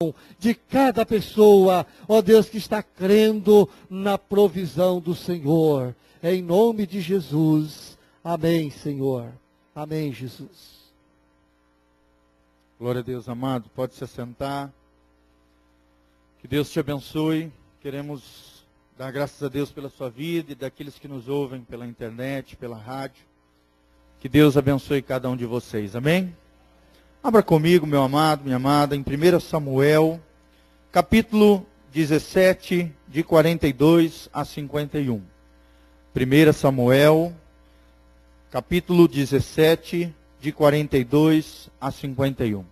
de cada pessoa, ó Deus, que está crendo na provisão do Senhor. Em nome de Jesus. Amém, Senhor. Amém, Jesus. Glória a Deus, amado. Pode se assentar. Que Deus te abençoe. Queremos dar graças a Deus pela sua vida e daqueles que nos ouvem pela internet, pela rádio. Que Deus abençoe cada um de vocês. Amém? Abra comigo, meu amado, minha amada, em 1 Samuel, capítulo 17, de 42 a 51. 1 Samuel, capítulo 17, de 42 a 51. O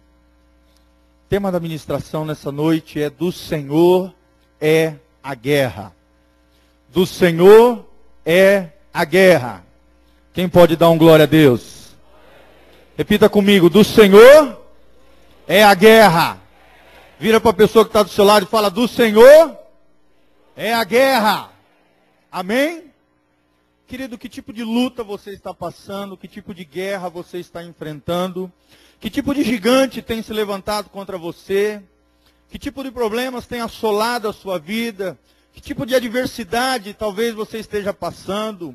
tema da ministração nessa noite é: do Senhor é a guerra. Do Senhor é a guerra. Quem pode dar um glória a Deus? Repita comigo: do Senhor é a guerra. Vira para a pessoa que está do seu lado e fala: do Senhor é a guerra. Amém? Querido, que tipo de luta você está passando? Que tipo de guerra você está enfrentando? Que tipo de gigante tem se levantado contra você? Que tipo de problemas tem assolado a sua vida? Que tipo de adversidade talvez você esteja passando?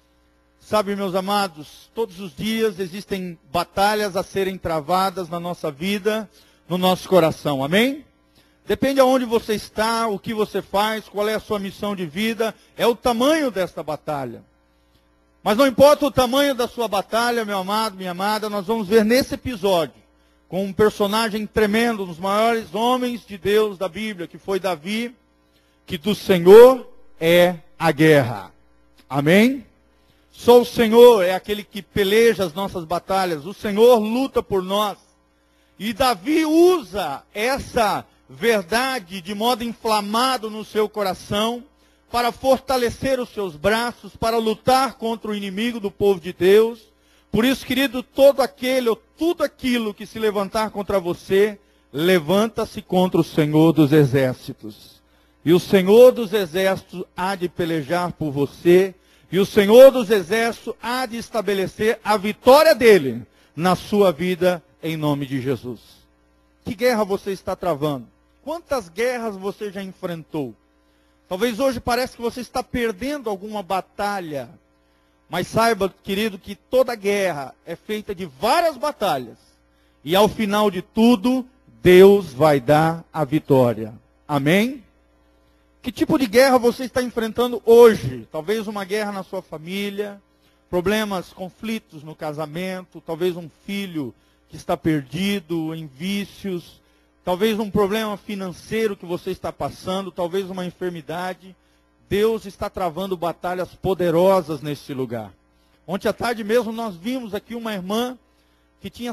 Sabe, meus amados, todos os dias existem batalhas a serem travadas na nossa vida, no nosso coração, amém? Depende aonde você está, o que você faz, qual é a sua missão de vida, é o tamanho desta batalha. Mas não importa o tamanho da sua batalha, meu amado, minha amada, nós vamos ver nesse episódio, com um personagem tremendo, um dos maiores homens de Deus da Bíblia, que foi Davi, que do Senhor é a guerra. Amém? Só o Senhor é aquele que peleja as nossas batalhas. O Senhor luta por nós. E Davi usa essa verdade de modo inflamado no seu coração para fortalecer os seus braços, para lutar contra o inimigo do povo de Deus. Por isso, querido, todo aquele ou tudo aquilo que se levantar contra você, levanta-se contra o Senhor dos exércitos. E o Senhor dos exércitos há de pelejar por você. E o Senhor dos exércitos há de estabelecer a vitória dele na sua vida, em nome de Jesus. Que guerra você está travando? Quantas guerras você já enfrentou? Talvez hoje pareça que você está perdendo alguma batalha. Mas saiba, querido, que toda guerra é feita de várias batalhas. E ao final de tudo, Deus vai dar a vitória. Amém? Que tipo de guerra você está enfrentando hoje? Talvez uma guerra na sua família, problemas, conflitos no casamento, talvez um filho que está perdido em vícios, talvez um problema financeiro que você está passando, talvez uma enfermidade. Deus está travando batalhas poderosas neste lugar. Ontem à tarde mesmo nós vimos aqui uma irmã que tinha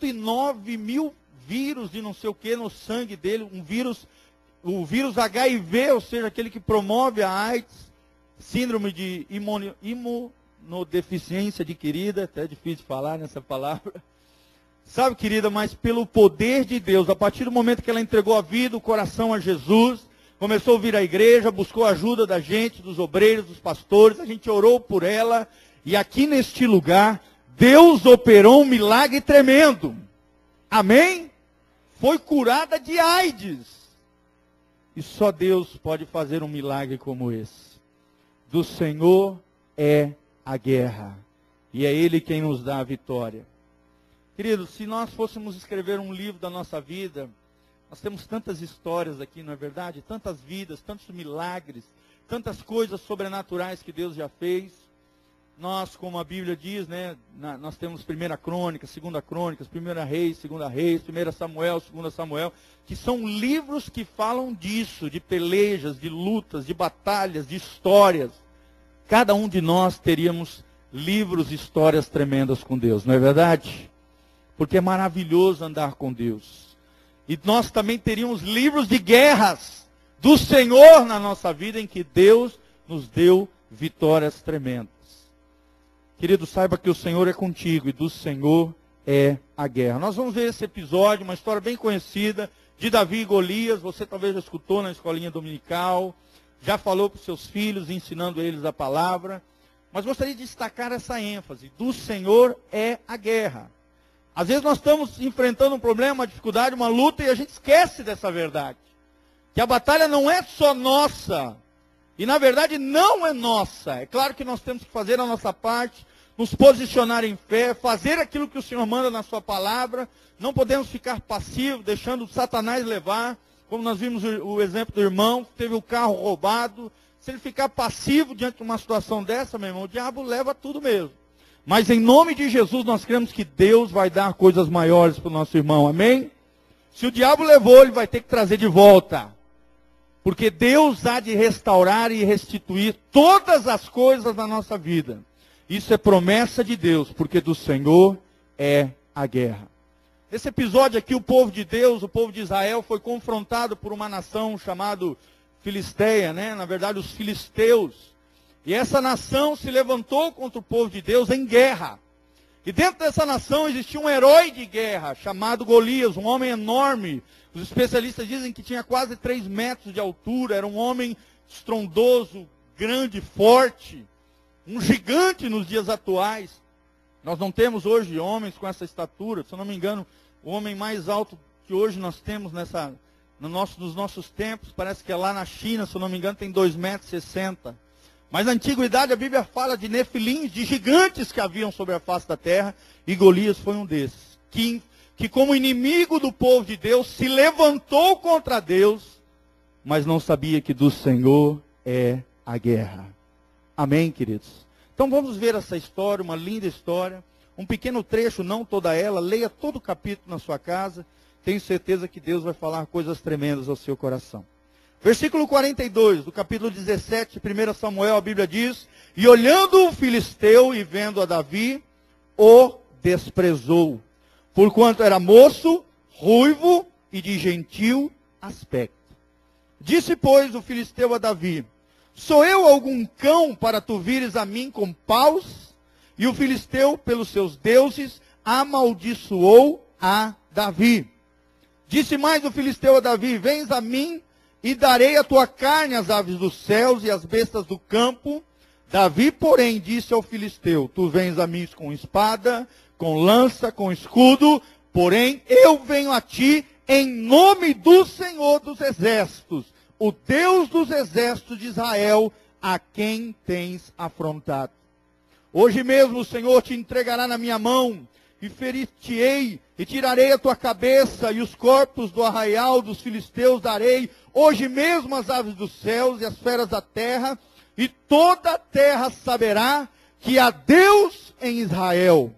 109 mil vírus de não sei o que no sangue dele, o vírus HIV, ou seja, aquele que promove a AIDS, síndrome de imunodeficiência adquirida, até é difícil falar nessa palavra. Sabe, querida, mas pelo poder de Deus, a partir do momento que ela entregou a vida, o coração a Jesus, começou a vir à igreja, buscou a ajuda da gente, dos obreiros, dos pastores, a gente orou por ela, e aqui neste lugar, Deus operou um milagre tremendo. Amém? Foi curada de AIDS. E só Deus pode fazer um milagre como esse. Do Senhor é a guerra. E é Ele quem nos dá a vitória. Queridos, se nós fôssemos escrever um livro da nossa vida, nós temos tantas histórias aqui, não é verdade? Tantas vidas, tantos milagres, tantas coisas sobrenaturais que Deus já fez. Nós, como a Bíblia diz, né, nós temos 1 Crônicas, 2 Crônicas, 1 Reis, 2 Reis, 1 Samuel, 2 Samuel, que são livros que falam disso, de pelejas, de lutas, de batalhas, de histórias. Cada um de nós teríamos livros e histórias tremendas com Deus, não é verdade? Porque é maravilhoso andar com Deus. E nós também teríamos livros de guerras do Senhor na nossa vida, em que Deus nos deu vitórias tremendas. Querido, saiba que o Senhor é contigo e do Senhor é a guerra. Nós vamos ver esse episódio, uma história bem conhecida, de Davi e Golias. Você talvez já escutou na escolinha dominical, já falou para os seus filhos, ensinando eles a palavra. Mas gostaria de destacar essa ênfase: do Senhor é a guerra. Às vezes nós estamos enfrentando um problema, uma dificuldade, uma luta, e a gente esquece dessa verdade. Que a batalha não é só nossa. E na verdade não é nossa. É claro que nós temos que fazer a nossa parte, nos posicionar em fé, fazer aquilo que o Senhor manda na sua palavra. Não podemos ficar passivos, deixando Satanás levar. Como nós vimos o exemplo do irmão, que teve o carro roubado. Se ele ficar passivo diante de uma situação dessa, meu irmão, o diabo leva tudo mesmo. Mas em nome de Jesus nós cremos que Deus vai dar coisas maiores para o nosso irmão, amém? Se o diabo levou, ele vai ter que trazer de volta. Porque Deus há de restaurar e restituir todas as coisas na nossa vida. Isso é promessa de Deus, porque do Senhor é a guerra. Nesse episódio aqui, o povo de Deus, o povo de Israel, foi confrontado por uma nação chamada Filisteia, né? Na verdade, os filisteus. E essa nação se levantou contra o povo de Deus em guerra. E dentro dessa nação existia um herói de guerra, chamado Golias, um homem enorme. Os especialistas dizem que tinha quase 3 metros de altura, era um homem estrondoso, grande, forte, um gigante nos dias atuais. Nós não temos hoje homens com essa estatura, se eu não me engano, o homem mais alto que hoje nós temos nos nossos tempos, parece que é lá na China, se eu não me engano, tem 2,60 metros. Mas na antiguidade a Bíblia fala de nefilins, de gigantes que haviam sobre a face da terra, e Golias foi um desses, que como inimigo do povo de Deus, se levantou contra Deus, mas não sabia que do Senhor é a guerra. Amém, queridos? Então vamos ver essa história, uma linda história, um pequeno trecho, não toda ela, leia todo o capítulo na sua casa, tenho certeza que Deus vai falar coisas tremendas ao seu coração. Versículo 42, do capítulo 17, 1 Samuel, a Bíblia diz: E olhando o filisteu e vendo a Davi, o desprezou, porquanto era moço, ruivo e de gentil aspecto. Disse, pois, o filisteu a Davi: Sou eu algum cão para tu vires a mim com paus? E o filisteu, pelos seus deuses, amaldiçoou a Davi. Disse mais o filisteu a Davi: Vens a mim, e darei a tua carne às aves dos céus e às bestas do campo. Davi, porém, disse ao filisteu: Tu vens a mim com espada, com lança, com escudo, porém eu venho a ti em nome do Senhor dos exércitos, o Deus dos exércitos de Israel, a quem tens afrontado. Hoje mesmo o Senhor te entregará na minha mão, e ferir-te-ei, e tirarei a tua cabeça, e os corpos do arraial dos filisteus darei hoje mesmo às aves dos céus e às feras da terra, e toda a terra saberá que há Deus em Israel.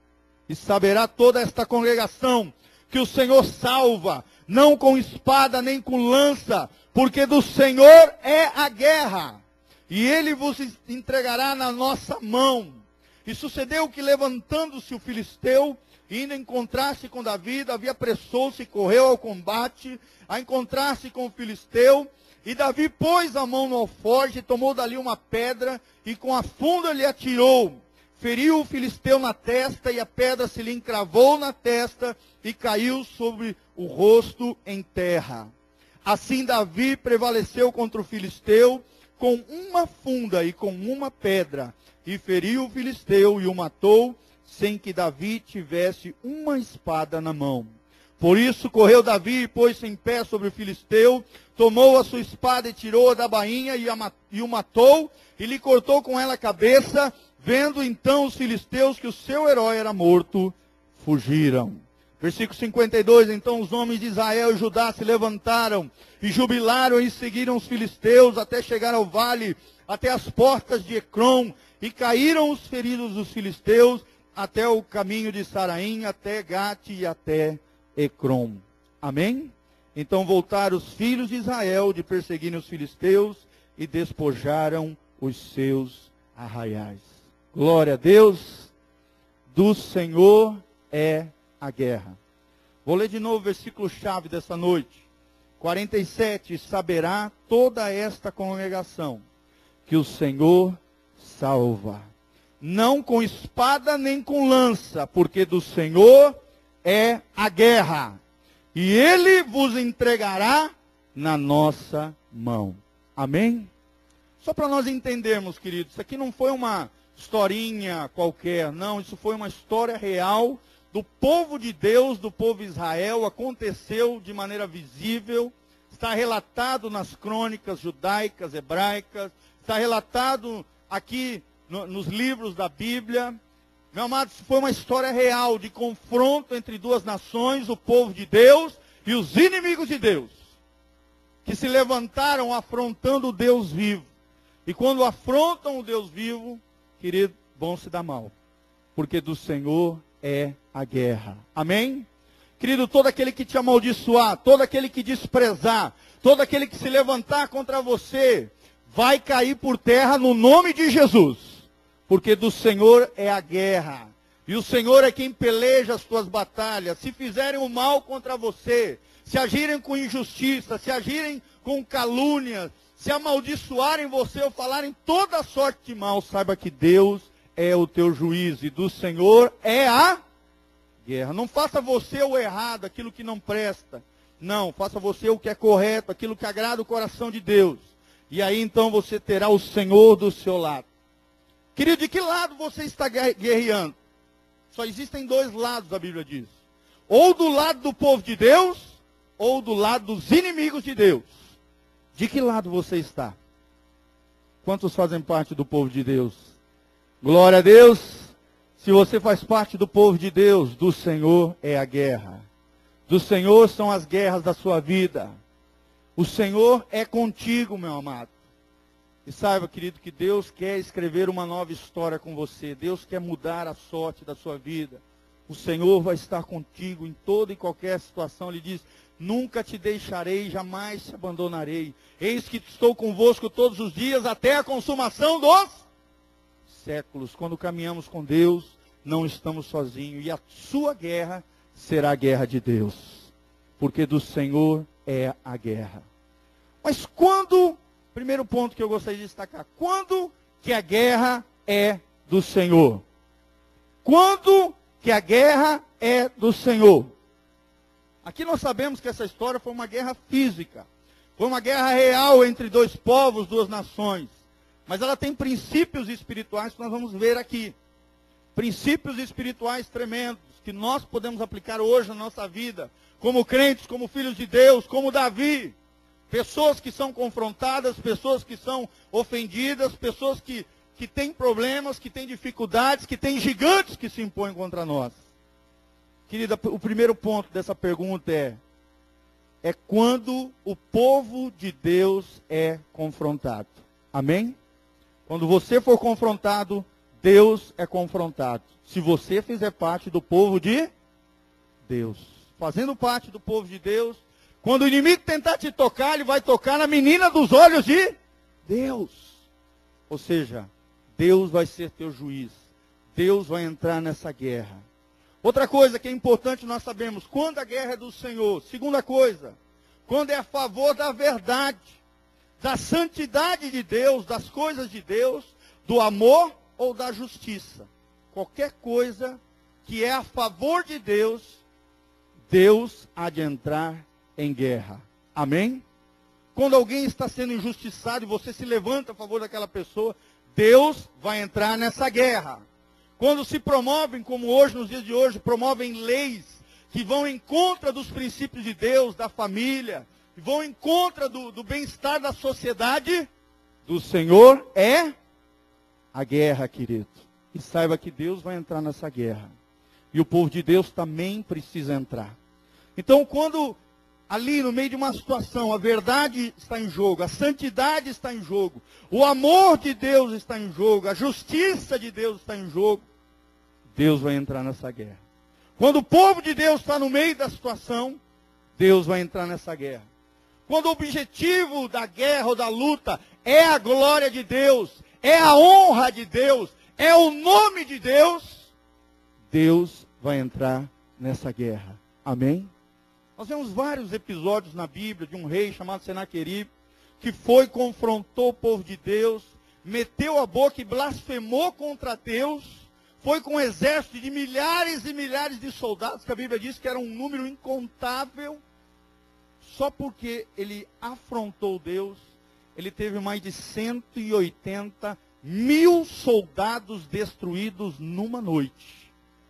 E saberá toda esta congregação que o Senhor salva, não com espada nem com lança, porque do Senhor é a guerra, e ele vos entregará na nossa mão. E sucedeu que, levantando-se o filisteu, indo encontrar-se com Davi, Davi apressou-se e correu ao combate, a encontrar-se com o filisteu, e Davi pôs a mão no alforje, tomou dali uma pedra, e com a funda lhe atirou. Feriu o filisteu na testa, e a pedra se lhe encravou na testa, e caiu sobre o rosto em terra. Assim Davi prevaleceu contra o filisteu, com uma funda e com uma pedra, e feriu o filisteu e o matou, sem que Davi tivesse uma espada na mão. Por isso correu Davi e pôs-se em pé sobre o filisteu, tomou a sua espada e tirou-a da bainha e o matou, e lhe cortou com ela a cabeça. Vendo então os filisteus que o seu herói era morto, fugiram. Versículo 52, então os homens de Israel e Judá se levantaram e jubilaram e seguiram os filisteus até chegar ao vale, até as portas de Ecrom, e caíram os feridos dos filisteus até o caminho de Saraim, até Gate e até Ecrom. Amém? Então voltaram os filhos de Israel de perseguirem os filisteus e despojaram os seus arraiais. Glória a Deus, do Senhor é a guerra. Vou ler de novo o versículo-chave dessa noite. 47, saberá toda esta congregação que o Senhor salva, não com espada nem com lança, porque do Senhor é a guerra, e Ele vos entregará na nossa mão. Amém? Só para nós entendermos, queridos, isso aqui não foi uma historinha qualquer, não, isso foi uma história real do povo de Deus, do povo de Israel, aconteceu de maneira visível, está relatado nas crônicas judaicas, hebraicas, está relatado aqui nos livros da Bíblia. Meu amado, foi uma história real de confronto entre duas nações, o povo de Deus e os inimigos de Deus, que se levantaram afrontando o Deus vivo. E quando afrontam o Deus vivo, querido, vão se dar mal, porque do Senhor é a guerra. Amém? Querido, todo aquele que te amaldiçoar, todo aquele que desprezar, todo aquele que se levantar contra você, vai cair por terra no nome de Jesus. Porque do Senhor é a guerra. E o Senhor é quem peleja as tuas batalhas. Se fizerem o mal contra você, se agirem com injustiça, se agirem com calúnia, se amaldiçoarem você ou falarem toda sorte de mal, saiba que Deus é o teu juiz. E do Senhor é a guerra. Não faça você o errado, aquilo que não presta. Não, faça você o que é correto, aquilo que agrada o coração de Deus. E aí então você terá o Senhor do seu lado. Querido, de que lado você está guerreando? Só existem dois lados, a Bíblia diz. Ou do lado do povo de Deus, ou do lado dos inimigos de Deus. De que lado você está? Quantos fazem parte do povo de Deus? Glória a Deus. Se você faz parte do povo de Deus, do Senhor é a guerra. Do Senhor são as guerras da sua vida. O Senhor é contigo, meu amado. E saiba, querido, que Deus quer escrever uma nova história com você. Deus quer mudar a sorte da sua vida. O Senhor vai estar contigo em toda e qualquer situação. Ele diz, nunca te deixarei, jamais te abandonarei. Eis que estou convosco todos os dias, até a consumação dos séculos. Quando caminhamos com Deus, não estamos sozinhos. E a sua guerra será a guerra de Deus. Porque do Senhor é a guerra. Mas quando, primeiro ponto que eu gostaria de destacar, quando que a guerra é do Senhor? Quando que a guerra é do Senhor? Aqui nós sabemos que essa história foi uma guerra física. Foi uma guerra real entre dois povos, duas nações. Mas ela tem princípios espirituais que nós vamos ver aqui. Princípios espirituais tremendos que nós podemos aplicar hoje na nossa vida. Como crentes, como filhos de Deus, como Davi. Pessoas que são confrontadas, pessoas que são ofendidas, pessoas que têm problemas, que têm dificuldades, que têm gigantes que se impõem contra nós. Querida, o primeiro ponto dessa pergunta é quando o povo de Deus é confrontado. Amém? Quando você for confrontado, Deus é confrontado. Se você fizer parte do povo de Deus. Fazendo parte do povo de Deus, quando o inimigo tentar te tocar, ele vai tocar na menina dos olhos de Deus. Ou seja, Deus vai ser teu juiz. Deus vai entrar nessa guerra. Outra coisa que é importante nós sabemos, quando a guerra é do Senhor. Segunda coisa, quando é a favor da verdade, da santidade de Deus, das coisas de Deus, do amor ou da justiça. Qualquer coisa que é a favor de Deus, Deus há de entrar em guerra. Amém? Quando alguém está sendo injustiçado e você se levanta a favor daquela pessoa, Deus vai entrar nessa guerra. Quando se promovem, como hoje, nos dias de hoje, promovem leis que vão em contra dos princípios de Deus, da família, vão em contra do bem-estar da sociedade, do Senhor é a guerra, querido. E saiba que Deus vai entrar nessa guerra. E o povo de Deus também precisa entrar. Então, quando ali no meio de uma situação, a verdade está em jogo, a santidade está em jogo, o amor de Deus está em jogo, a justiça de Deus está em jogo, Deus vai entrar nessa guerra. Quando o povo de Deus está no meio da situação, Deus vai entrar nessa guerra. Quando o objetivo da guerra ou da luta é a glória de Deus, é a honra de Deus, é o nome de Deus, Deus vai entrar nessa guerra. Amém? Nós vemos vários episódios na Bíblia de um rei chamado Senaqueribe, que foi, confrontou o povo de Deus, meteu a boca e blasfemou contra Deus, foi com um exército de milhares e milhares de soldados, que a Bíblia diz que era um número incontável, só porque ele afrontou Deus, ele teve mais de 180 mil soldados destruídos numa noite.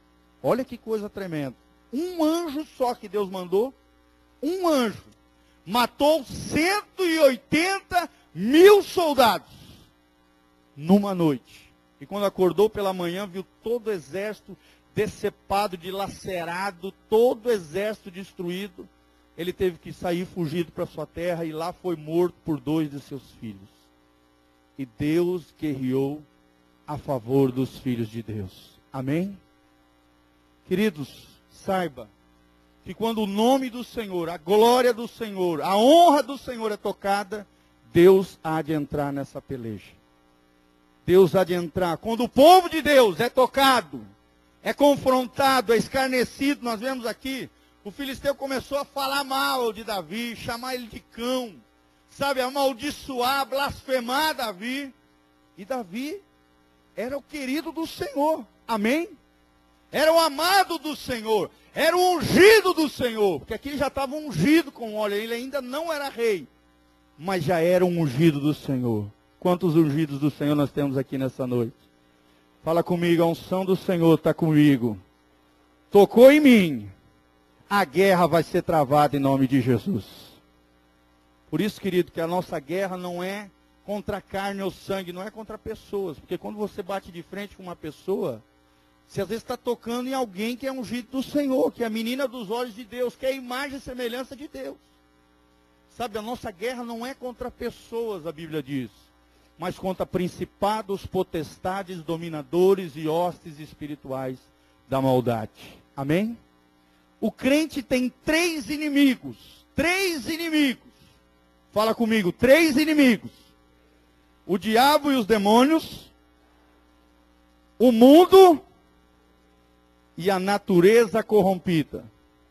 Olha que coisa tremenda. Um anjo só que Deus mandou, um anjo, matou 180 mil soldados numa noite. E quando acordou pela manhã, viu todo o exército decepado, dilacerado, todo o exército destruído. Ele teve que sair fugido para sua terra e lá foi morto por 2 de seus filhos. E Deus guerreou a favor dos filhos de Deus. Amém? Queridos, saiba que quando o nome do Senhor, a glória do Senhor, a honra do Senhor é tocada, Deus há de entrar nessa peleja. Deus há de entrar. Quando o povo de Deus é tocado, é confrontado, é escarnecido, nós vemos aqui, o filisteu começou a falar mal de Davi, chamar ele de cão, sabe, amaldiçoar, blasfemar Davi. E Davi era o querido do Senhor, amém? Era o amado do Senhor, era o ungido do Senhor, porque aqui já estava ungido com óleo, ele ainda não era rei, mas já era um ungido do Senhor. Quantos ungidos do Senhor nós temos aqui nessa noite? Fala comigo, a unção do Senhor está comigo. Tocou em mim. A guerra vai ser travada em nome de Jesus. Por isso, querido, que a nossa guerra não é contra a carne ou sangue, não é contra pessoas. Porque quando você bate de frente com uma pessoa, você às vezes está tocando em alguém que é ungido do Senhor, que é a menina dos olhos de Deus, que é a imagem e semelhança de Deus. Sabe, a nossa guerra não é contra pessoas, a Bíblia diz, mas contra principados, potestades, dominadores e hostes espirituais da maldade. Amém? O crente tem 3 inimigos. 3 inimigos. Fala comigo, 3 inimigos. O diabo e os demônios, o mundo e a natureza corrompida.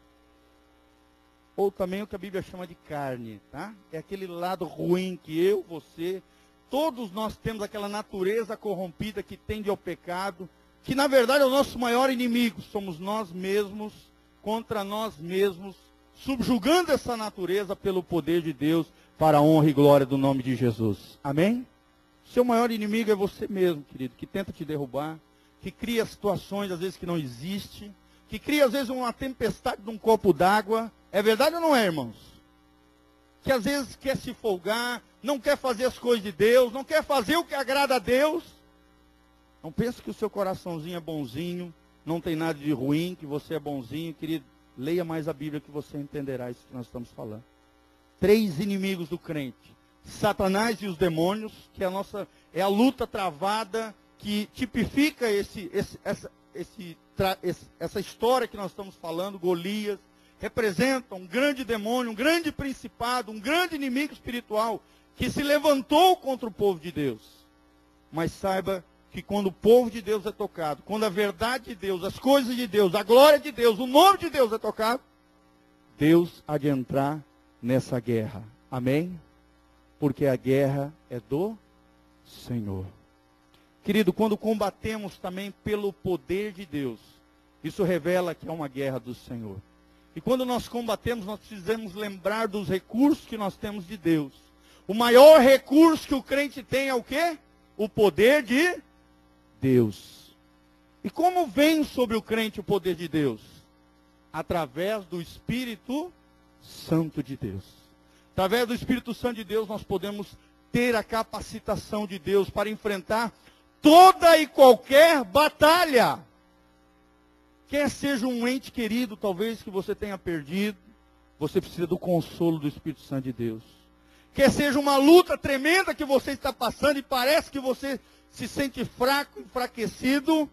Ou também o que a Bíblia chama de carne, tá? É aquele lado ruim que eu, você, todos nós temos aquela natureza corrompida que tende ao pecado, que na verdade é o nosso maior inimigo. Somos nós mesmos, contra nós mesmos, subjugando essa natureza pelo poder de Deus, para a honra e glória do nome de Jesus. Amém? Seu maior inimigo é você mesmo, querido, que tenta te derrubar, que cria situações às vezes que não existem, que cria às vezes uma tempestade num copo d'água. É verdade ou não é, irmãos? Que às vezes quer se folgar, não quer fazer as coisas de Deus, não quer fazer o que agrada a Deus. Não pense que o seu coraçãozinho é bonzinho, não tem nada de ruim, que você é bonzinho. Querido, leia mais a Bíblia que você entenderá isso que nós estamos falando. 3 inimigos do crente. Satanás e os demônios, que é a luta travada, que tipifica essa história que nós estamos falando. Golias representa um grande demônio, um grande principado, um grande inimigo espiritual, que se levantou contra o povo de Deus. Mas saiba que quando o povo de Deus é tocado, quando a verdade de Deus, as coisas de Deus, a glória de Deus, o nome de Deus é tocado, Deus há de entrar nessa guerra. Amém? Porque a guerra é do Senhor. Querido, quando combatemos também pelo poder de Deus, isso revela que é uma guerra do Senhor. E quando nós combatemos, nós precisamos lembrar dos recursos que nós temos de Deus. O maior recurso que o crente tem é o quê? O poder de Deus. E como vem sobre o crente o poder de Deus? Através do Espírito Santo de Deus. Através do Espírito Santo de Deus, nós podemos ter a capacitação de Deus para enfrentar toda e qualquer batalha. Quer seja um ente querido, talvez, que você tenha perdido, você precisa do consolo do Espírito Santo de Deus. Quer seja uma luta tremenda que você está passando e parece que você se sente fraco, enfraquecido,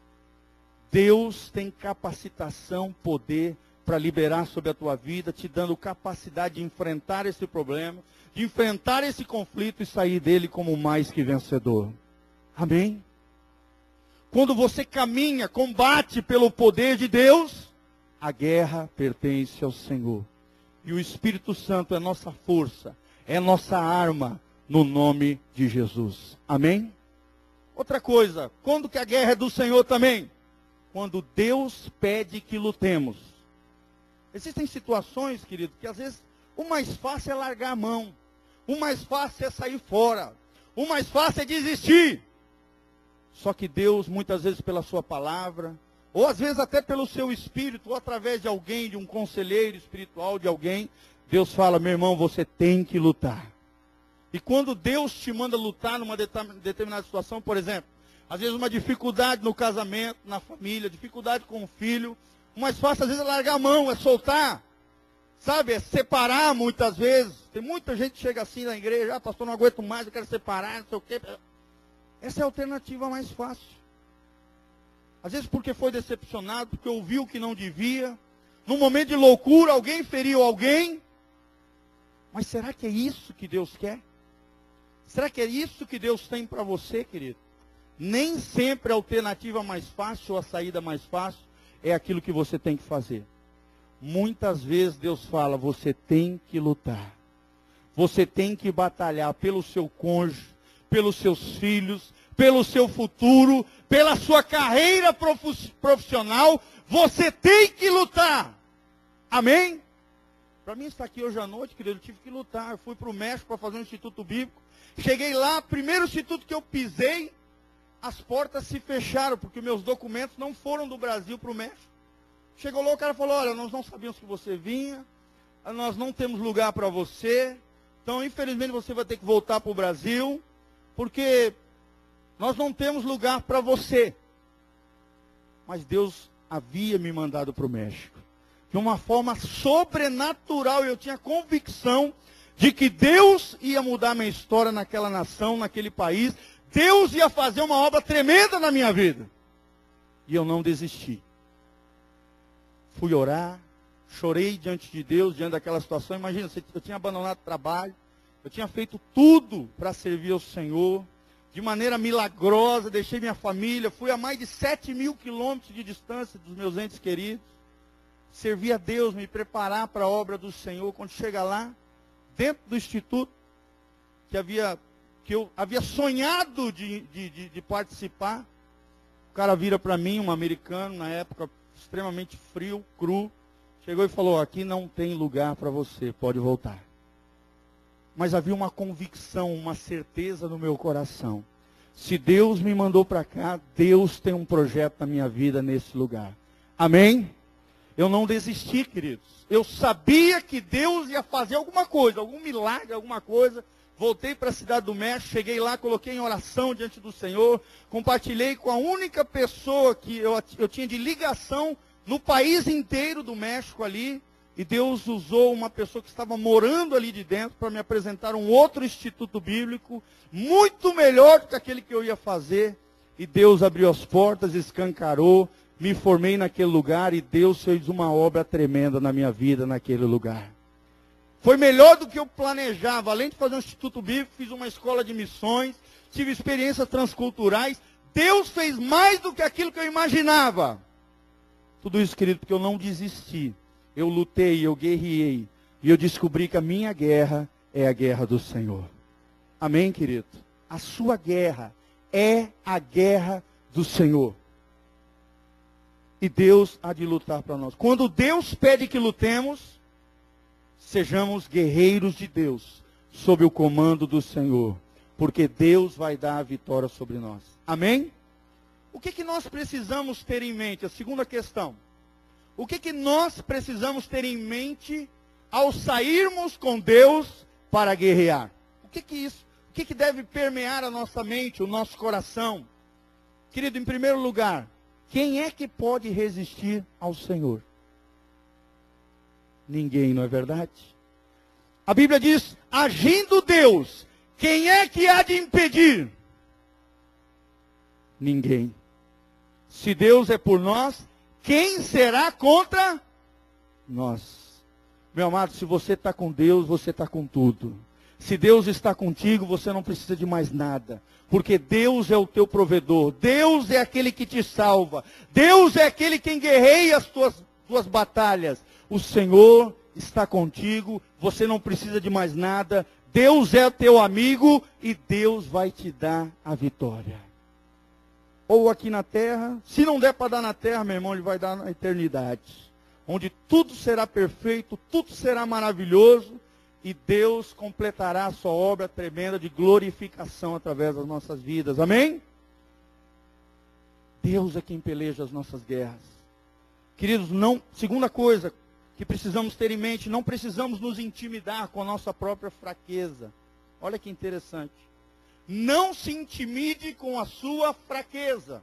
Deus tem capacitação, poder para liberar sobre a tua vida, te dando capacidade de enfrentar esse problema, de enfrentar esse conflito e sair dele como mais que vencedor. Amém? Quando você caminha, combate pelo poder de Deus, a guerra pertence ao Senhor. E o Espírito Santo é nossa força, é nossa arma, no nome de Jesus. Amém? Outra coisa, quando que a guerra é do Senhor também? Quando Deus pede que lutemos. Existem situações, querido, que às vezes o mais fácil é largar a mão. O mais fácil é sair fora. O mais fácil é desistir. Só que Deus, muitas vezes pela sua palavra, ou às vezes até pelo seu espírito, ou através de alguém, de um conselheiro espiritual, de alguém, Deus fala, meu irmão, você tem que lutar. E quando Deus te manda lutar numa determinada situação, por exemplo, às vezes uma dificuldade no casamento, na família, dificuldade com o filho, o mais fácil às vezes é largar a mão, é soltar, sabe, é separar muitas vezes. Tem muita gente que chega assim na igreja, ah, pastor, não aguento mais, eu quero separar, não sei o quê. Essa é a alternativa mais fácil. Às vezes porque foi decepcionado, porque ouviu o que não devia. Num momento de loucura, alguém feriu alguém. Mas será que é isso que Deus quer? Será que é isso que Deus tem para você, querido? Nem sempre a alternativa mais fácil, ou a saída mais fácil, é aquilo que você tem que fazer. Muitas vezes Deus fala, você tem que lutar. Você tem que batalhar pelo seu cônjuge, pelos seus filhos, pelo seu futuro, pela sua carreira profissional. Você tem que lutar. Amém? Para mim estar aqui hoje à noite, querido, eu tive que lutar. Eu fui para o México para fazer um instituto bíblico. Cheguei lá, primeiro instituto que eu pisei, as portas se fecharam, porque meus documentos não foram do Brasil para o México. Chegou lá, o cara falou, olha, nós não sabíamos que você vinha, nós não temos lugar para você, então infelizmente você vai ter que voltar para o Brasil, porque nós não temos lugar para você. Mas Deus havia me mandado para o México. De uma forma sobrenatural, eu tinha convicção de que Deus ia mudar minha história naquela nação, naquele país. Deus ia fazer uma obra tremenda na minha vida. E eu não desisti. Fui orar, chorei diante de Deus, diante daquela situação. Imagina, eu tinha abandonado o trabalho, eu tinha feito tudo para servir ao Senhor. De maneira milagrosa, deixei minha família, fui a mais de 7.000 quilômetros de distância dos meus entes queridos. Servi a Deus, me preparar para a obra do Senhor. Quando chega lá, dentro do instituto, que eu havia sonhado de participar, o cara vira para mim, um americano, na época, extremamente frio, cru, chegou e falou, aqui não tem lugar para você, pode voltar. Mas havia uma convicção, uma certeza no meu coração. Se Deus me mandou para cá, Deus tem um projeto na minha vida nesse lugar. Amém? Eu não desisti, queridos. Eu sabia que Deus ia fazer alguma coisa, algum milagre, alguma coisa. Voltei para a cidade do México, cheguei lá, coloquei em oração diante do Senhor, compartilhei com a única pessoa que eu tinha de ligação no país inteiro do México ali. E Deus usou uma pessoa que estava morando ali de dentro para me apresentar um outro instituto bíblico, muito melhor do que aquele que eu ia fazer. E Deus abriu as portas, escancarou, me formei naquele lugar e Deus fez uma obra tremenda na minha vida naquele lugar. Foi melhor do que eu planejava. Além de fazer um instituto bíblico, fiz uma escola de missões, tive experiências transculturais. Deus fez mais do que aquilo que eu imaginava. Tudo isso, querido, porque eu não desisti. Eu lutei, eu guerreei. E eu descobri que a minha guerra é a guerra do Senhor. Amém, querido? A sua guerra é a guerra do Senhor. E Deus há de lutar para nós. Quando Deus pede que lutemos, sejamos guerreiros de Deus, sob o comando do Senhor. Porque Deus vai dar a vitória sobre nós. Amém? O que nós precisamos ter em mente? A segunda questão. O que nós precisamos ter em mente ao sairmos com Deus para guerrear? O que deve permear a nossa mente, o nosso coração? Querido, em primeiro lugar, quem é que pode resistir ao Senhor? Ninguém, não é verdade? A Bíblia diz, agindo Deus, quem é que há de impedir? Ninguém. Se Deus é por nós, quem será contra nós? Meu amado, se você está com Deus, você está com tudo. Se Deus está contigo, você não precisa de mais nada. Porque Deus é o teu provedor. Deus é aquele que te salva. Deus é aquele quem guerreia as tuas batalhas. O Senhor está contigo. Você não precisa de mais nada. Deus é teu amigo e Deus vai te dar a vitória. Ou aqui na terra, se não der para dar na terra, meu irmão, ele vai dar na eternidade. Onde tudo será perfeito, tudo será maravilhoso, e Deus completará a sua obra tremenda de glorificação através das nossas vidas. Amém? Deus é quem peleja as nossas guerras. Queridos, segunda coisa que precisamos ter em mente, não precisamos nos intimidar com a nossa própria fraqueza. Olha que interessante. Não se intimide com a sua fraqueza.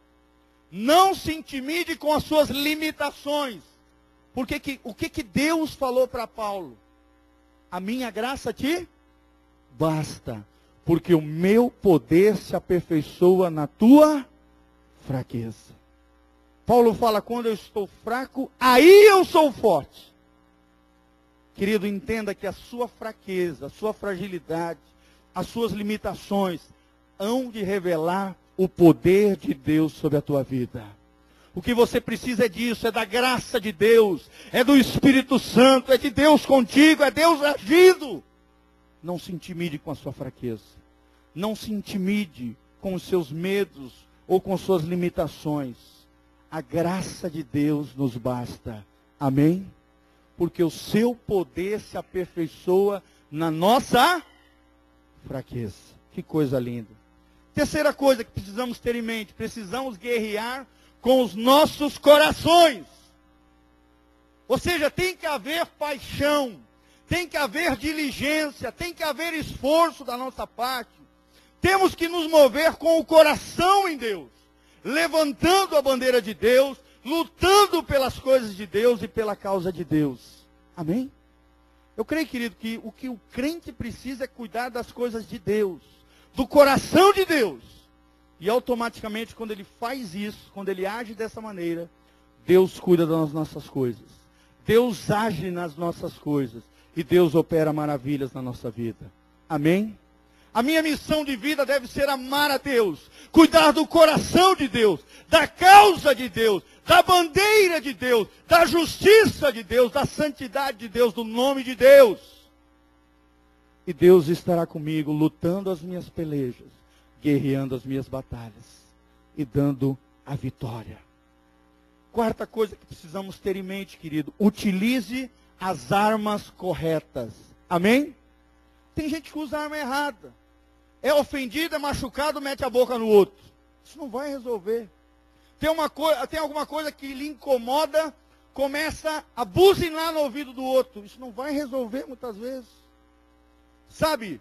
Não se intimide com as suas limitações. Porque o que Deus falou para Paulo? A minha graça te basta, porque o meu poder se aperfeiçoa na tua fraqueza. Paulo fala, quando eu estou fraco, aí eu sou forte. Querido, entenda que a sua fraqueza, a sua fragilidade, as suas limitações hão de revelar o poder de Deus sobre a tua vida. O que você precisa é disso, é da graça de Deus, é do Espírito Santo, é de Deus contigo, é Deus agindo. Não se intimide com a sua fraqueza. Não se intimide com os seus medos ou com suas limitações. A graça de Deus nos basta. Amém? Porque o seu poder se aperfeiçoa na nossa fraqueza. Que coisa linda. Terceira coisa que precisamos ter em mente, precisamos guerrear com os nossos corações. Ou seja, tem que haver paixão, tem que haver diligência, tem que haver esforço da nossa parte. Temos que nos mover com o coração em Deus, levantando a bandeira de Deus, lutando pelas coisas de Deus e pela causa de Deus. Amém? Eu creio, querido, que o crente precisa é cuidar das coisas de Deus, do coração de Deus. E automaticamente, quando ele faz isso, quando ele age dessa maneira, Deus cuida das nossas coisas. Deus age nas nossas coisas. E Deus opera maravilhas na nossa vida. Amém? A minha missão de vida deve ser amar a Deus, cuidar do coração de Deus, da causa de Deus, da bandeira de Deus, da justiça de Deus, da santidade de Deus, do nome de Deus. E Deus estará comigo, lutando as minhas pelejas, guerreando as minhas batalhas e dando a vitória. Quarta coisa que precisamos ter em mente, querido, utilize as armas corretas. Amém? Tem gente que usa a arma errada. É ofendido, é machucado, mete a boca no outro. Isso não vai resolver. Tem alguma coisa que lhe incomoda, começa a buzinar no ouvido do outro. Isso não vai resolver muitas vezes. Sabe?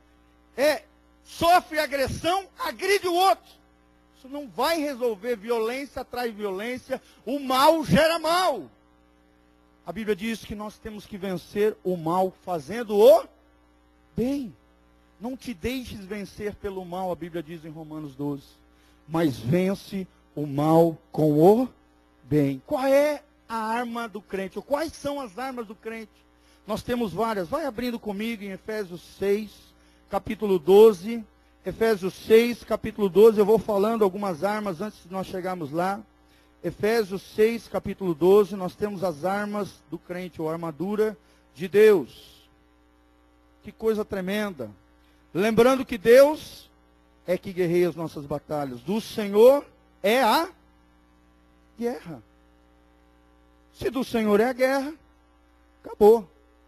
Sofre agressão, agride o outro. Isso não vai resolver. Violência atrai violência. O mal gera mal. A Bíblia diz que nós temos que vencer o mal fazendo o bem. Não te deixes vencer pelo mal, a Bíblia diz em Romanos 12. Mas vence o mal com o bem. Qual é a arma do crente? Ou quais são as armas do crente? Nós temos várias. Vai abrindo comigo em Efésios 6, capítulo 12. Efésios 6, capítulo 12. Eu vou falando algumas armas antes de nós chegarmos lá. Efésios 6, capítulo 12. Nós temos as armas do crente, ou a armadura de Deus. Que coisa tremenda. Lembrando que Deus é que guerreia as nossas batalhas. Do Senhor é a guerra. Se do Senhor é a guerra, acabou.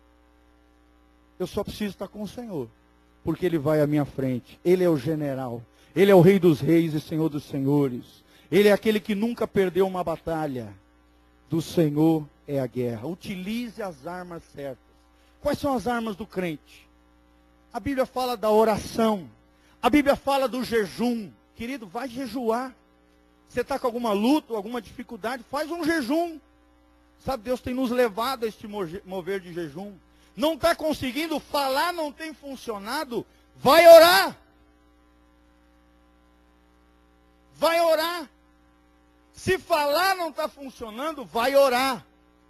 Eu só preciso estar com o Senhor, porque Ele vai à minha frente. Ele é o general. Ele é o Rei dos reis e Senhor dos senhores. Ele é aquele que nunca perdeu uma batalha. Do Senhor é a guerra. Utilize as armas certas. Quais são as armas do crente? A Bíblia fala da oração. A Bíblia fala do jejum. Querido, vai jejuar. Você está com alguma luta, alguma dificuldade, faz um jejum. Sabe, Deus tem nos levado a este mover de jejum. Não está conseguindo falar, não tem funcionado, vai orar. Vai orar. Se falar não está funcionando, vai orar.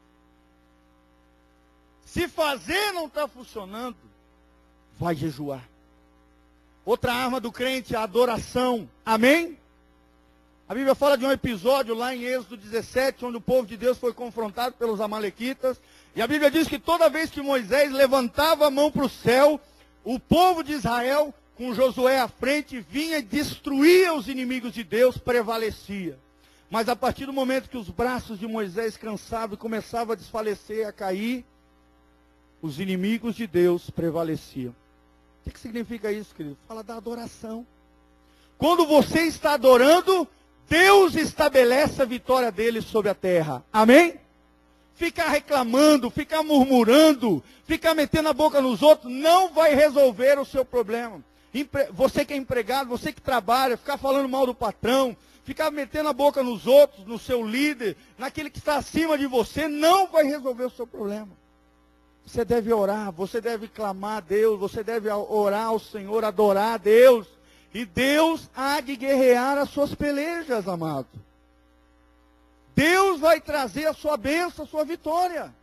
Se fazer não está funcionando, vai jejuar. Outra arma do crente é a adoração. Amém? A Bíblia fala de um episódio lá em Êxodo 17, onde o povo de Deus foi confrontado pelos amalequitas. E a Bíblia diz que toda vez que Moisés levantava a mão para o céu, o povo de Israel, com Josué à frente, vinha e destruía os inimigos de Deus, prevalecia. Mas a partir do momento que os braços de Moisés cansavam e começavam a desfalecer, a cair, os inimigos de Deus prevaleciam. O que significa isso, querido? Fala da adoração. Quando você está adorando, Deus estabelece a vitória dele sobre a terra. Amém? Ficar reclamando, ficar murmurando, ficar metendo a boca nos outros, não vai resolver o seu problema. Você que é empregado, você que trabalha, ficar falando mal do patrão, ficar metendo a boca nos outros, no seu líder, naquele que está acima de você, não vai resolver o seu problema. Você deve orar, você deve clamar a Deus, você deve orar ao Senhor, adorar a Deus. E Deus há de guerrear as suas pelejas, amado. Deus vai trazer a sua bênção, a sua vitória.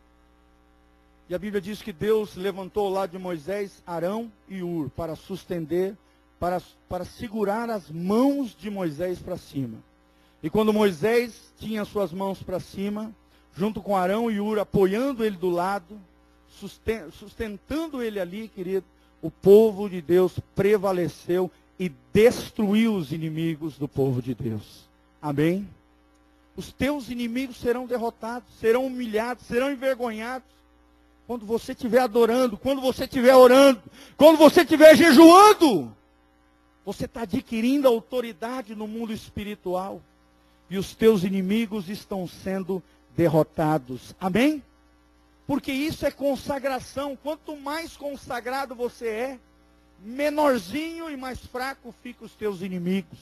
E a Bíblia diz que Deus levantou lá de Moisés, Arão e Ur, para sustentar, para segurar as mãos de Moisés para cima. E quando Moisés tinha suas mãos para cima, junto com Arão e Ur, apoiando ele do lado, sustentando ele ali, querido, o povo de Deus prevaleceu e destruiu os inimigos do povo de Deus. Amém? Os teus inimigos serão derrotados, serão humilhados, serão envergonhados. Quando você estiver adorando, quando você estiver orando, quando você estiver jejuando, você está adquirindo autoridade no mundo espiritual. E os teus inimigos estão sendo derrotados. Amém? Porque isso é consagração. Quanto mais consagrado você é, menorzinho e mais fraco ficam os teus inimigos.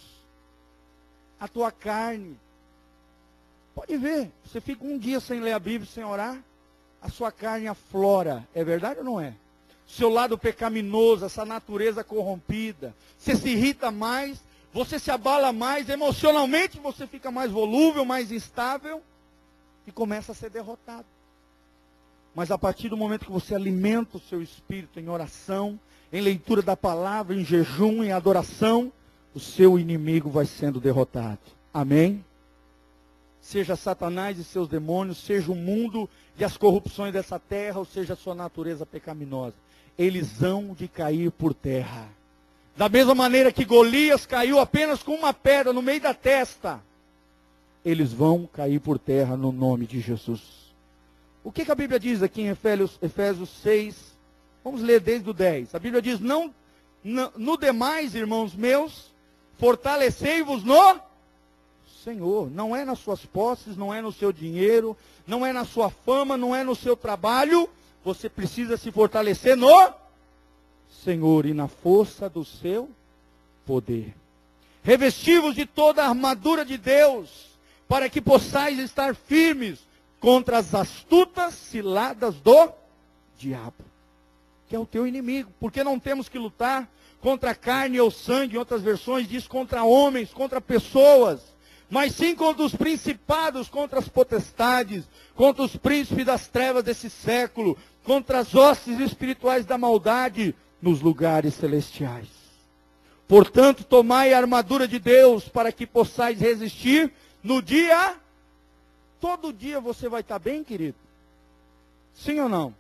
A tua carne. Pode ver, você fica um dia sem ler a Bíblia, sem orar, a sua carne aflora. É verdade ou não é? Seu lado pecaminoso, essa natureza corrompida. Você se irrita mais, você se abala mais, emocionalmente você fica mais volúvel, mais instável e começa a ser derrotado. Mas a partir do momento que você alimenta o seu espírito em oração, em leitura da palavra, em jejum, em adoração, o seu inimigo vai sendo derrotado. Amém? Seja Satanás e seus demônios, seja o mundo e as corrupções dessa terra, ou seja a sua natureza pecaminosa. Eles hão de cair por terra. Da mesma maneira que Golias caiu apenas com uma pedra no meio da testa, eles vão cair por terra no nome de Jesus. O que a Bíblia diz aqui em Efésios 6? Vamos ler desde o 10. A Bíblia diz, no demais, irmãos meus, fortalecei-vos no Senhor. Não é nas suas posses, não é no seu dinheiro, não é na sua fama, não é no seu trabalho. Você precisa se fortalecer no Senhor e na força do seu poder. Revesti-vos de toda a armadura de Deus, para que possais estar firmes contra as astutas ciladas do diabo, que é o teu inimigo. Porque não temos que lutar contra carne ou sangue, em outras versões diz contra homens, contra pessoas, mas sim contra os principados, contra as potestades, contra os príncipes das trevas desse século, contra as hostes espirituais da maldade nos lugares celestiais. Portanto, tomai a armadura de Deus para que possais resistir no dia. Todo dia você vai estar bem, querido? Sim ou não?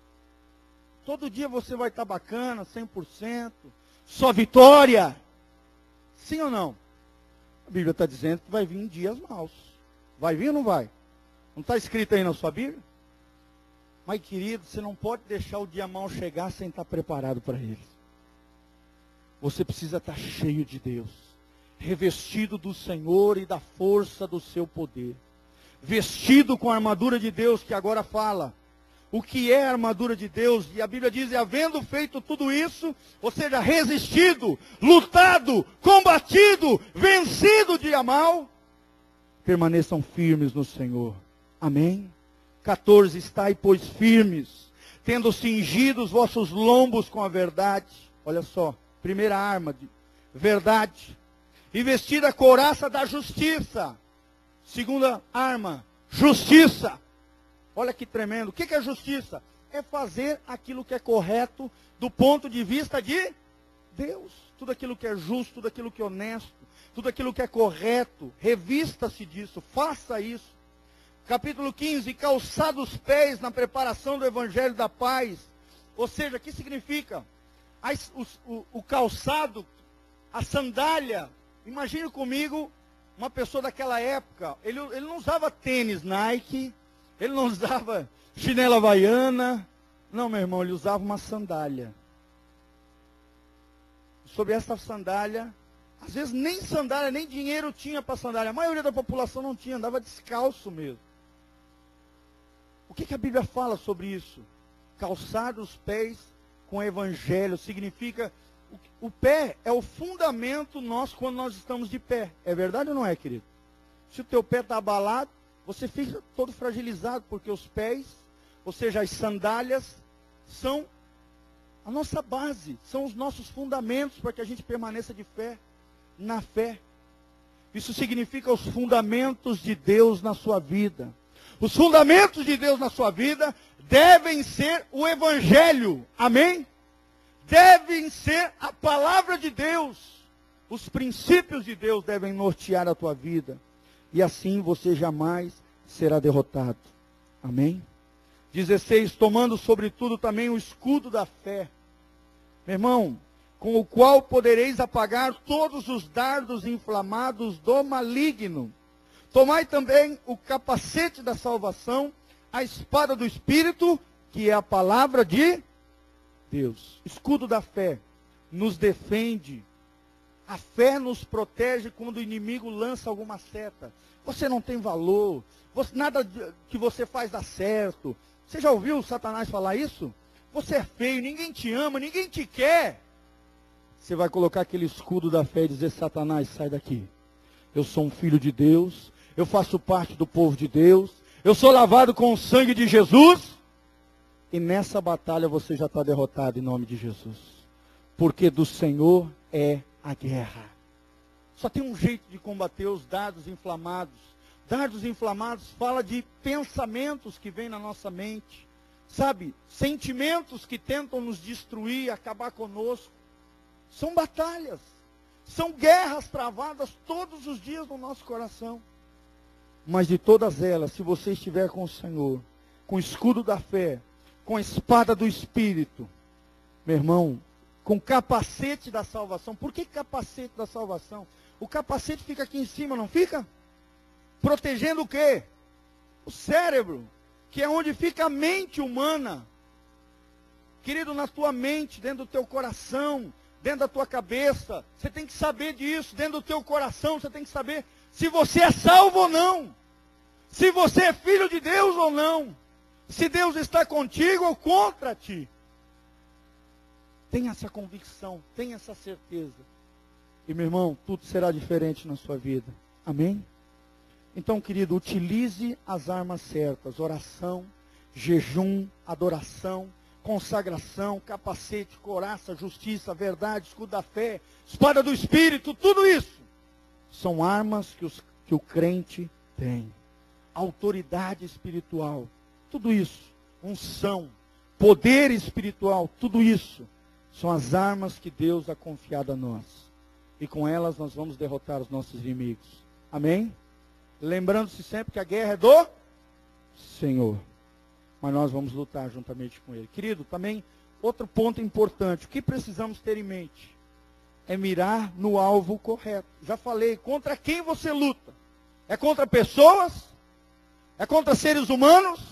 Todo dia você vai estar bacana, 100%, só vitória? Sim ou não? A Bíblia está dizendo que vai vir dias maus. Vai vir ou não vai? Não está escrito aí na sua Bíblia? Mas, querido, você não pode deixar o dia mau chegar sem estar preparado para ele. Você precisa estar cheio de Deus, revestido do Senhor e da força do seu poder. Vestido com a armadura de Deus, que agora fala. O que é a armadura de Deus? E a Bíblia diz, e havendo feito tudo isso, ou seja, resistido, lutado, combatido, vencido o dia mal, permaneçam firmes no Senhor. Amém? 14, estai, pois, firmes, tendo cingido os vossos lombos com a verdade. Olha só, primeira arma, verdade. E vestida a couraça da justiça. Segunda arma, justiça. Olha que tremendo. O que é justiça? É fazer aquilo que é correto do ponto de vista de Deus. Tudo aquilo que é justo, tudo aquilo que é honesto, tudo aquilo que é correto. Revista-se disso, faça isso. Capítulo 15, calçado os pés na preparação do Evangelho da Paz. Ou seja, o que significa? O calçado, a sandália. Imagine comigo uma pessoa daquela época. Ele não usava tênis Nike. Ele não usava chinela havaiana. Não, meu irmão, ele usava uma sandália. Sobre essa sandália, Às vezes nem sandália, nem dinheiro tinha para sandália. A maioria da população não tinha, andava descalço mesmo. O que a Bíblia fala sobre isso? Calçar os pés com o evangelho significa, o pé é o fundamento nosso quando nós estamos de pé. É verdade ou não é, querido? Se o teu pé está abalado, você fica todo fragilizado, porque os pés, ou seja, as sandálias, são a nossa base, são os nossos fundamentos para que a gente permaneça de fé, na fé. Isso significa os fundamentos de Deus na sua vida. Os fundamentos de Deus na sua vida devem ser o Evangelho, amém? Devem ser a palavra de Deus. Os princípios de Deus devem nortear a tua vida. E assim você jamais será derrotado, amém? 16, tomando sobretudo também o escudo da fé. Meu irmão, com o qual podereis apagar todos os dardos inflamados do maligno. Tomai também o capacete da salvação, a espada do Espírito, que é a palavra de Deus. Escudo da fé nos defende. A fé nos protege quando o inimigo lança alguma seta. Você não tem valor, nada que você faz dá certo. Você já ouviu Satanás falar isso? Você é feio, ninguém te ama, ninguém te quer. Você vai colocar aquele escudo da fé e dizer: Satanás, sai daqui. Eu sou um filho de Deus, eu faço parte do povo de Deus, eu sou lavado com o sangue de Jesus. E nessa batalha você já está derrotado em nome de Jesus. Porque do Senhor é a guerra. Só tem um jeito de combater os dardos inflamados. Dardos inflamados fala de pensamentos que vêm na nossa mente. Sabe? Sentimentos que tentam nos destruir, acabar conosco. São batalhas. São guerras travadas todos os dias no nosso coração. Mas de todas elas, se você estiver com o Senhor, com o escudo da fé, com a espada do Espírito, meu irmão, com o capacete da salvação. Por que capacete da salvação? O capacete fica aqui em cima, não fica? Protegendo o quê? O cérebro, que é onde fica a mente humana. Querido, na tua mente, dentro do teu coração, dentro da tua cabeça, você tem que saber disso. Dentro do teu coração, você tem que saber se você é salvo ou não. Se você é filho de Deus ou não. Se Deus está contigo ou contra ti. Tenha essa convicção, tenha essa certeza. E meu irmão, tudo será diferente na sua vida. Amém? Então, querido, utilize as armas certas. Oração, jejum, adoração, consagração, capacete, coraça, justiça, verdade, escudo da fé, espada do Espírito, tudo isso são armas que o crente tem. Autoridade espiritual, tudo isso, unção, poder espiritual, tudo isso são as armas que Deus ha confiado a nós. E com elas nós vamos derrotar os nossos inimigos. Amém? Lembrando-se sempre que a guerra é do Senhor. Mas nós vamos lutar juntamente com Ele. Querido, também outro ponto importante. O que precisamos ter em mente? É mirar no alvo correto. Já falei, contra quem você luta? É contra pessoas? É contra seres humanos?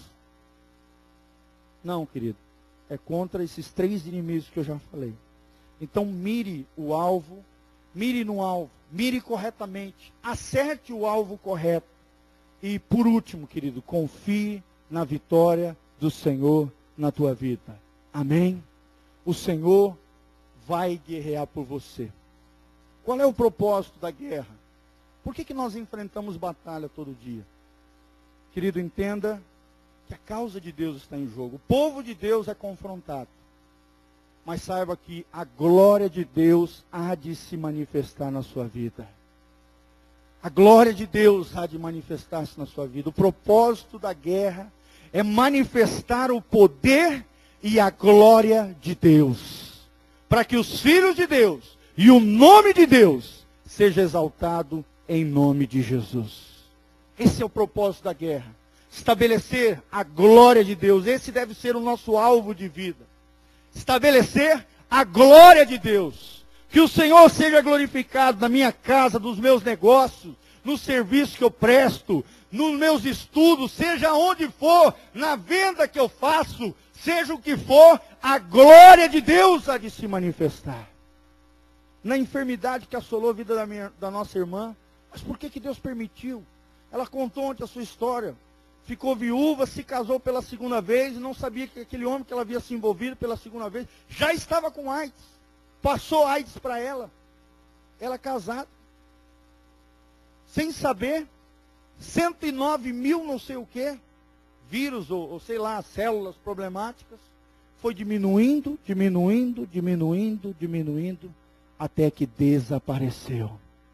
Não, querido. É contra esses 3 inimigos que eu já falei. Então mire o alvo, mire no alvo, mire corretamente, acerte o alvo correto. E por último, querido, confie na vitória do Senhor na tua vida. Amém? O Senhor vai guerrear por você. Qual é o propósito da guerra? Por que nós enfrentamos batalha todo dia? Querido, entenda que a causa de Deus está em jogo. O povo de Deus é confrontado. Mas saiba que a glória de Deus há de se manifestar na sua vida. A glória de Deus há de manifestar-se na sua vida. O propósito da guerra é manifestar o poder e a glória de Deus. Para que os filhos de Deus e o nome de Deus seja exaltado em nome de Jesus. Esse é o propósito da guerra. Estabelecer a glória de Deus. Esse deve ser o nosso alvo de vida. Estabelecer a glória de Deus. Que o Senhor seja glorificado na minha casa, nos meus negócios, no serviço que eu presto, nos meus estudos, seja onde for, na venda que eu faço, seja o que for, a glória de Deus há de se manifestar. na enfermidade que assolou a vida da nossa irmã. Mas por que Deus permitiu? Ela contou ontem a sua história. Ficou viúva, se casou pela segunda vez, e não sabia que aquele homem que ela havia se envolvido pela segunda vez, já estava com AIDS. Passou AIDS para ela. Ela casada. Sem saber, 109 mil não sei o quê, vírus ou sei lá, células problemáticas, foi diminuindo, até que desapareceu.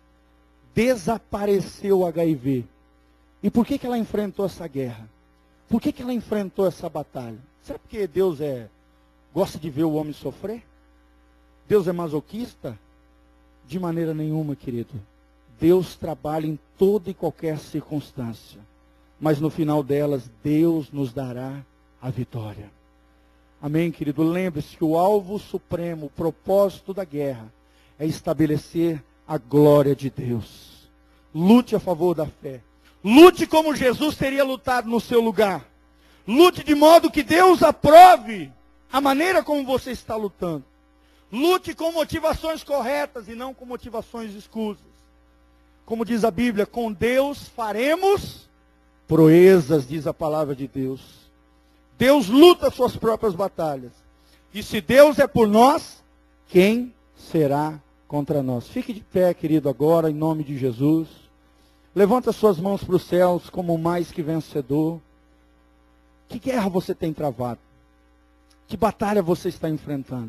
Desapareceu o HIV. E por que ela enfrentou essa guerra? Por que ela enfrentou essa batalha? Será porque Deus gosta de ver o homem sofrer? Deus é masoquista? De maneira nenhuma, querido. Deus trabalha em toda e qualquer circunstância. Mas no final delas, Deus nos dará a vitória. Amém, querido? Lembre-se que o alvo supremo, o propósito da guerra, é estabelecer a glória de Deus. Lute a favor da fé. Lute como Jesus teria lutado no seu lugar. Lute de modo que Deus aprove a maneira como você está lutando. Lute com motivações corretas e não com motivações escusas. Como diz a Bíblia, com Deus faremos proezas, diz a palavra de Deus. Deus luta suas próprias batalhas. E se Deus é por nós, quem será contra nós? Fique de pé, querido, agora, em nome de Jesus. Levanta suas mãos para os céus como mais que vencedor. Que guerra você tem travado? Que batalha você está enfrentando?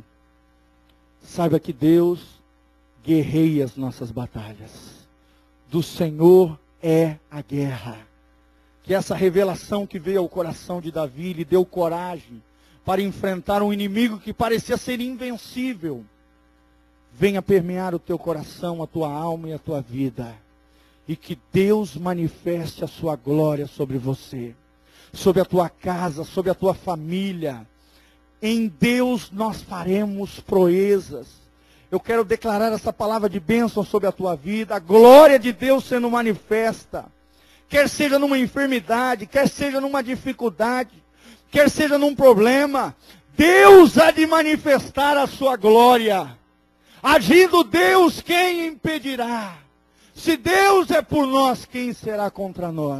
Saiba que Deus guerreia as nossas batalhas. Do Senhor é a guerra. Que essa revelação que veio ao coração de Davi lhe deu coragem para enfrentar um inimigo que parecia ser invencível. Venha permear o teu coração, a tua alma e a tua vida. E que Deus manifeste a sua glória sobre você, sobre a tua casa, sobre a tua família. Em Deus nós faremos proezas. Eu quero declarar essa palavra de bênção sobre a tua vida. A glória de Deus sendo manifesta. Quer seja numa enfermidade, quer seja numa dificuldade, quer seja num problema. Deus há de manifestar a sua glória. Agindo Deus, quem impedirá? Se Deus é por nós, quem será contra nós?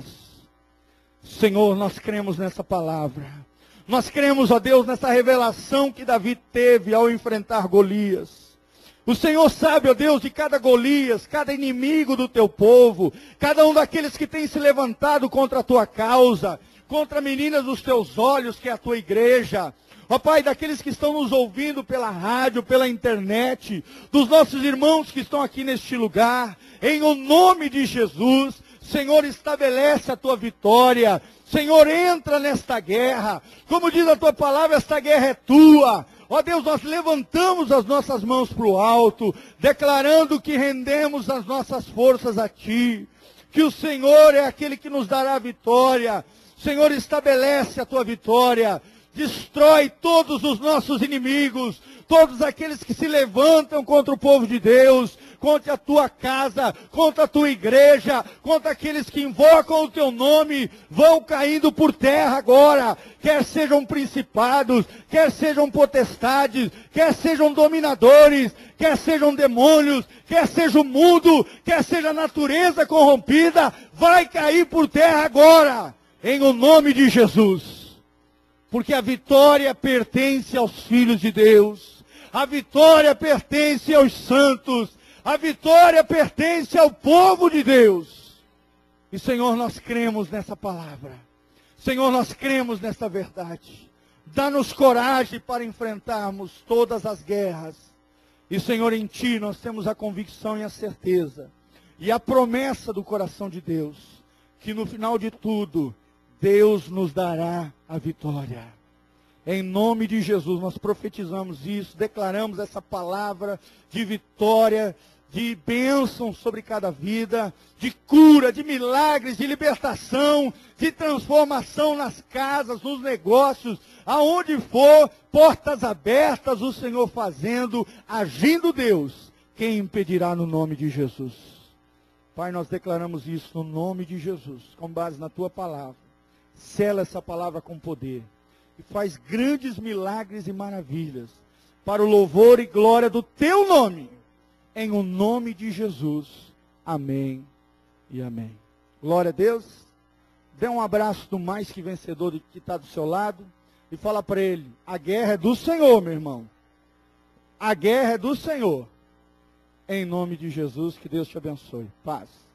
Senhor, nós cremos nessa palavra. Nós cremos, ó Deus, nessa revelação que Davi teve ao enfrentar Golias. O Senhor sabe, ó Deus, de cada Golias, cada inimigo do teu povo, cada um daqueles que tem se levantado contra a tua causa, contra a menina dos teus olhos, que é a tua igreja. Ó Pai, daqueles que estão nos ouvindo pela rádio, pela internet, dos nossos irmãos que estão aqui neste lugar, em o nome de Jesus, Senhor, estabelece a tua vitória. Senhor, entra nesta guerra. Como diz a tua palavra, esta guerra é tua. Ó Deus, nós levantamos as nossas mãos para o alto, declarando que rendemos as nossas forças a Ti. Que o Senhor é aquele que nos dará a vitória. Senhor, estabelece a tua vitória. Destrói todos os nossos inimigos, todos aqueles que se levantam contra o povo de Deus, contra a tua casa, contra a tua igreja, contra aqueles que invocam o teu nome, vão caindo por terra agora, quer sejam principados, quer sejam potestades, quer sejam dominadores, quer sejam demônios, quer seja o mundo, quer seja a natureza corrompida, vai cair por terra agora, em o nome de Jesus. Porque a vitória pertence aos filhos de Deus. A vitória pertence aos santos. A vitória pertence ao povo de Deus. E, Senhor, nós cremos nessa palavra. Senhor, nós cremos nessa verdade. Dá-nos coragem para enfrentarmos todas as guerras. E, Senhor, em Ti nós temos a convicção e a certeza. E a promessa do coração de Deus. Que no final de tudo, Deus nos dará a vitória. Em nome de Jesus, nós profetizamos isso, declaramos essa palavra de vitória, de bênção sobre cada vida, de cura, de milagres, de libertação, de transformação nas casas, nos negócios, aonde for, portas abertas, o Senhor fazendo, agindo Deus. Quem impedirá no nome de Jesus? Pai, nós declaramos isso no nome de Jesus, com base na Tua palavra. Sela essa palavra com poder e faz grandes milagres e maravilhas para o louvor e glória do Teu nome, em o nome de Jesus. Amém e amém. Glória a Deus. Dê um abraço do mais que vencedor que está do seu lado e fala para ele: a guerra é do Senhor, meu irmão. A guerra é do Senhor. Em nome de Jesus, que Deus te abençoe. Paz.